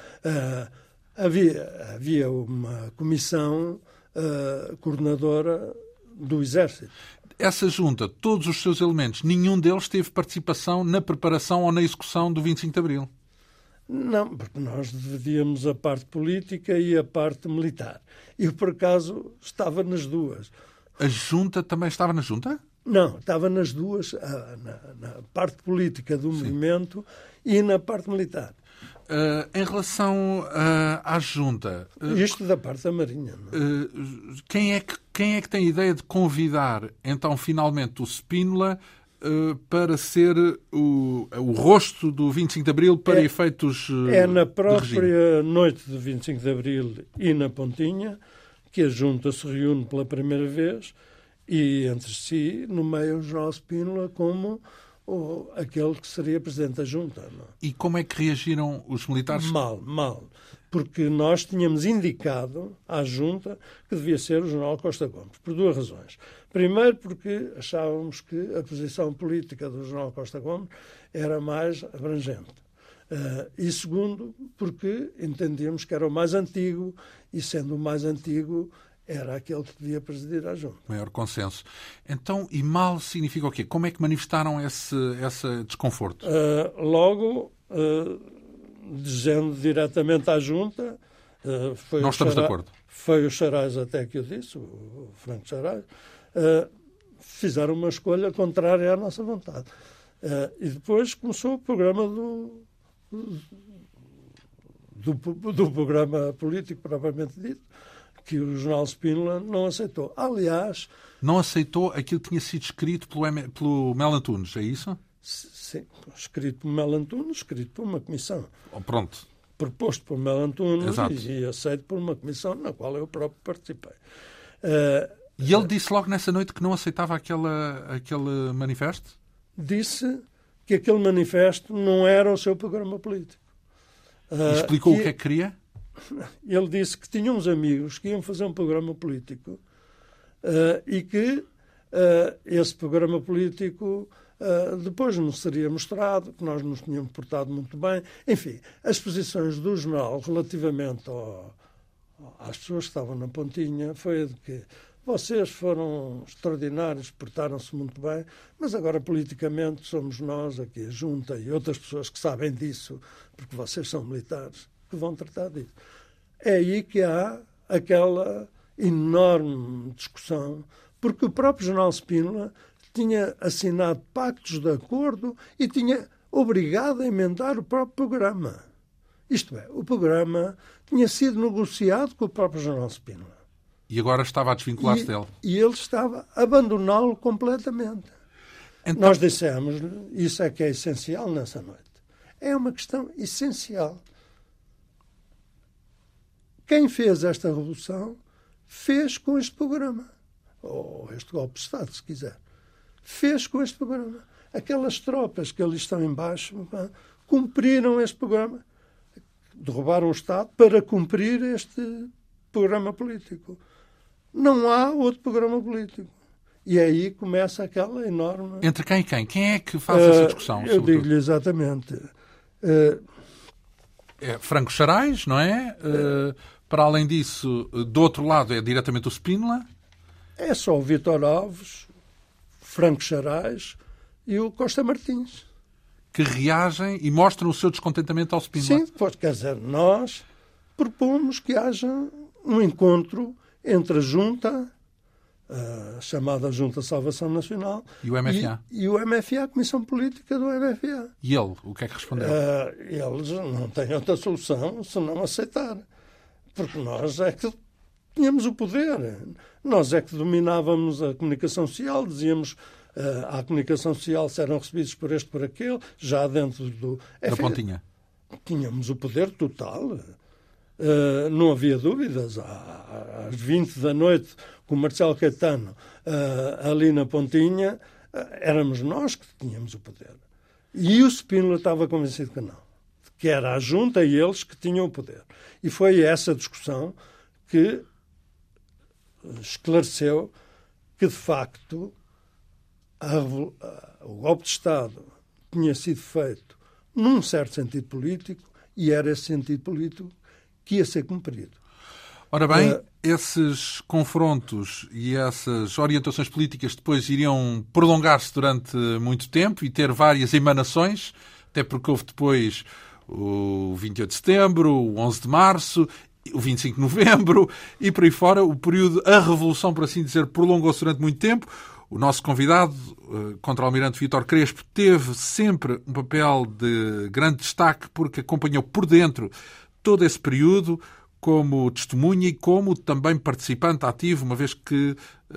havia uma comissão coordenadora do Exército. Essa junta, todos os seus elementos, nenhum deles teve participação na preparação ou na execução do 25 de Abril? Não, porque nós dividíamos a parte política e a parte militar. Eu, por acaso, estava nas duas. A junta também estava na junta? Não, estava nas duas, na parte política do movimento e na parte militar. Em relação à junta... Isto da parte da Marinha. Quem é que tem a ideia de convidar, então, finalmente, o Spínola para ser o rosto do 25 de Abril para efeitos É na própria noite do 25 de Abril e na Pontinha que a junta se reúne pela primeira vez e, entre si, nomeia o general Spínola como aquele que seria presidente da junta. Não? E como é que reagiram os militares? Mal. Porque nós tínhamos indicado à junta que devia ser o general Costa Gomes, por duas razões. Primeiro, porque achávamos que a posição política do general Costa Gomes era mais abrangente. E segundo, porque entendíamos que era o mais antigo e, sendo o mais antigo, era aquele que devia presidir a junta. Maior consenso. Então, e mal significa o quê? Como é que manifestaram esse desconforto? Logo, dizendo diretamente à junta... Nós estamos de acordo. Foi o Charais até que o disse, o Franco Charais, fizeram uma escolha contrária à nossa vontade. E depois começou o programa do programa político propriamente dito, que o general Spínola não aceitou. Aliás... Não aceitou aquilo que tinha sido escrito pelo Melo Antunes, é isso? Sim, escrito por Melo Antunes, escrito por uma comissão. Pronto. Proposto por Melo Antunes e aceito por uma comissão na qual eu próprio participei. E ele disse logo nessa noite que não aceitava aquele manifesto? Disse que aquele manifesto não era o seu programa político. E explicou o que é que queria? Ele disse que tinha uns amigos que iam fazer um programa político e que esse programa político depois nos seria mostrado, que nós nos tínhamos portado muito bem. Enfim, as posições do jornal relativamente às pessoas que estavam na Pontinha foi a de que vocês foram extraordinários, portaram-se muito bem, mas agora politicamente somos nós, aqui a junta e outras pessoas que sabem disso, porque vocês são militares, que vão tratar disso. É aí que há aquela enorme discussão, porque o próprio general Spínola tinha assinado pactos de acordo e tinha obrigado a emendar o próprio programa. Isto é, o programa tinha sido negociado com o próprio general Spínola. E agora estava a desvincular-se dele. E ele estava a abandoná-lo completamente. Então... Nós dissemos, isso é que é essencial nessa noite. É uma questão essencial. Quem fez esta revolução fez com este programa. Ou este golpe de Estado, se quiser. Fez com este programa. Aquelas tropas que ali estão embaixo cumpriram este programa. Derrubaram o Estado para cumprir este programa político. Não há outro programa político. E aí começa aquela enorme... Entre quem e quem? Quem é que faz essa discussão? Eu digo-lhe exatamente. É Franco Charais, não é? Para além disso, do outro lado é diretamente o Spínola. É só o Vítor Alves, Franco Charais e o Costa Martins. Que reagem e mostram o seu descontentamento ao Spínola. Sim, pois, quer dizer, nós propomos que haja um encontro entre a junta, chamada Junta de Salvação Nacional, e o MFA. E o MFA, a Comissão Política do MFA. E ele, o que é que respondeu? Eles não têm outra solução senão aceitar. Porque nós é que tínhamos o poder. Nós é que dominávamos a comunicação social, dizíamos à comunicação social se eram recebidos por este, por aquele, já dentro do... Da Pontinha. Tínhamos o poder total. Não havia dúvidas. Às 20 da noite, com o Marcelo Caetano ali na Pontinha, éramos nós que tínhamos o poder. E o Spínola estava convencido que não. que era a junta e eles que tinham o poder. E foi essa discussão que esclareceu que, de facto, o golpe de Estado tinha sido feito num certo sentido político e era esse sentido político que ia ser cumprido. Ora bem, esses confrontos e essas orientações políticas depois iriam prolongar-se durante muito tempo e ter várias emanações, até porque houve depois o 28 de setembro, o 11 de março, o 25 de novembro e por aí fora. O período, a Revolução, por assim dizer, prolongou-se durante muito tempo. O nosso convidado, contra-almirante Vítor Crespo, teve sempre um papel de grande destaque porque acompanhou por dentro todo esse período, como testemunha e como também participante ativo, uma vez que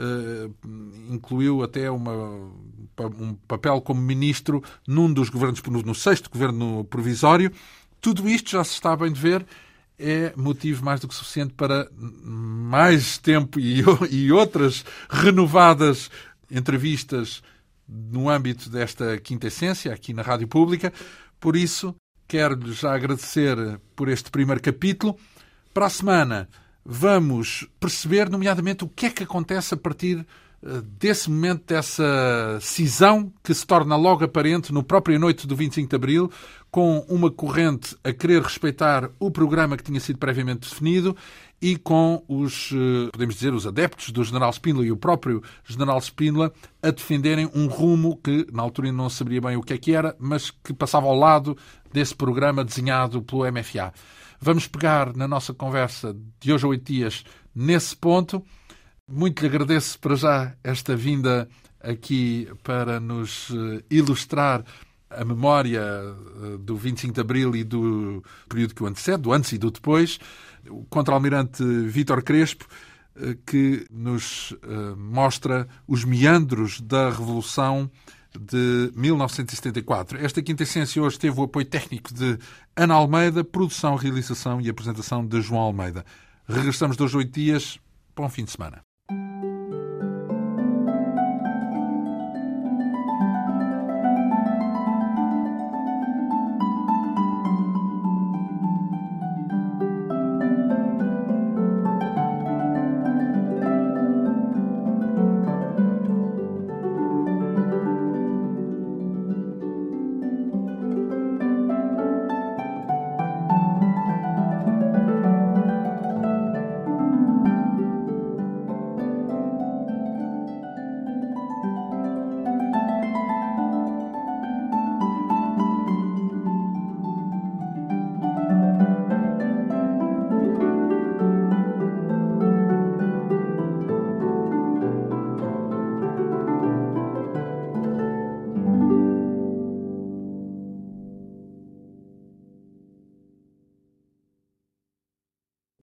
incluiu até um papel como ministro num dos governos, no 6º governo provisório. Tudo isto, já se está bem de ver, é motivo mais do que suficiente para mais tempo e outras renovadas entrevistas no âmbito desta Quinta Essência, aqui na Rádio Pública. Por isso, quero-lhe já agradecer por este primeiro capítulo. Para a semana vamos perceber, nomeadamente, o que é que acontece a partir desse momento, dessa cisão que se torna logo aparente no própria noite do 25 de Abril, com uma corrente a querer respeitar o programa que tinha sido previamente definido e com os, podemos dizer, os adeptos do General Spínola e o próprio General Spínola a defenderem um rumo que, na altura, não saberia bem o que é que era, mas que passava ao lado desse programa desenhado pelo MFA. Vamos pegar na nossa conversa de hoje a 8 dias nesse ponto. Muito lhe agradeço para já esta vinda aqui para nos ilustrar a memória do 25 de Abril e do período que o antecede, do antes e do depois. O contra-almirante Vítor Crespo, que nos mostra os meandros da Revolução de 1974. Esta Quinta Essência hoje teve o apoio técnico de Ana Almeida, produção, realização e apresentação de João Almeida. Regressamos de hoje a 8 dias. Bom fim de semana.